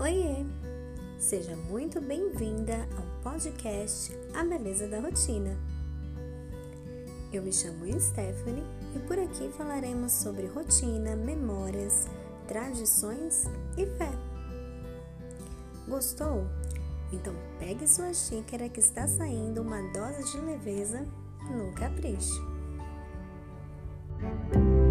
Oiê! Seja muito bem-vinda ao podcast A Beleza da Rotina. Eu me chamo Stephanie e por aqui falaremos sobre rotina, memórias, tradições e fé. Gostou? Então pegue sua xícara que está saindo uma dose de leveza no capricho.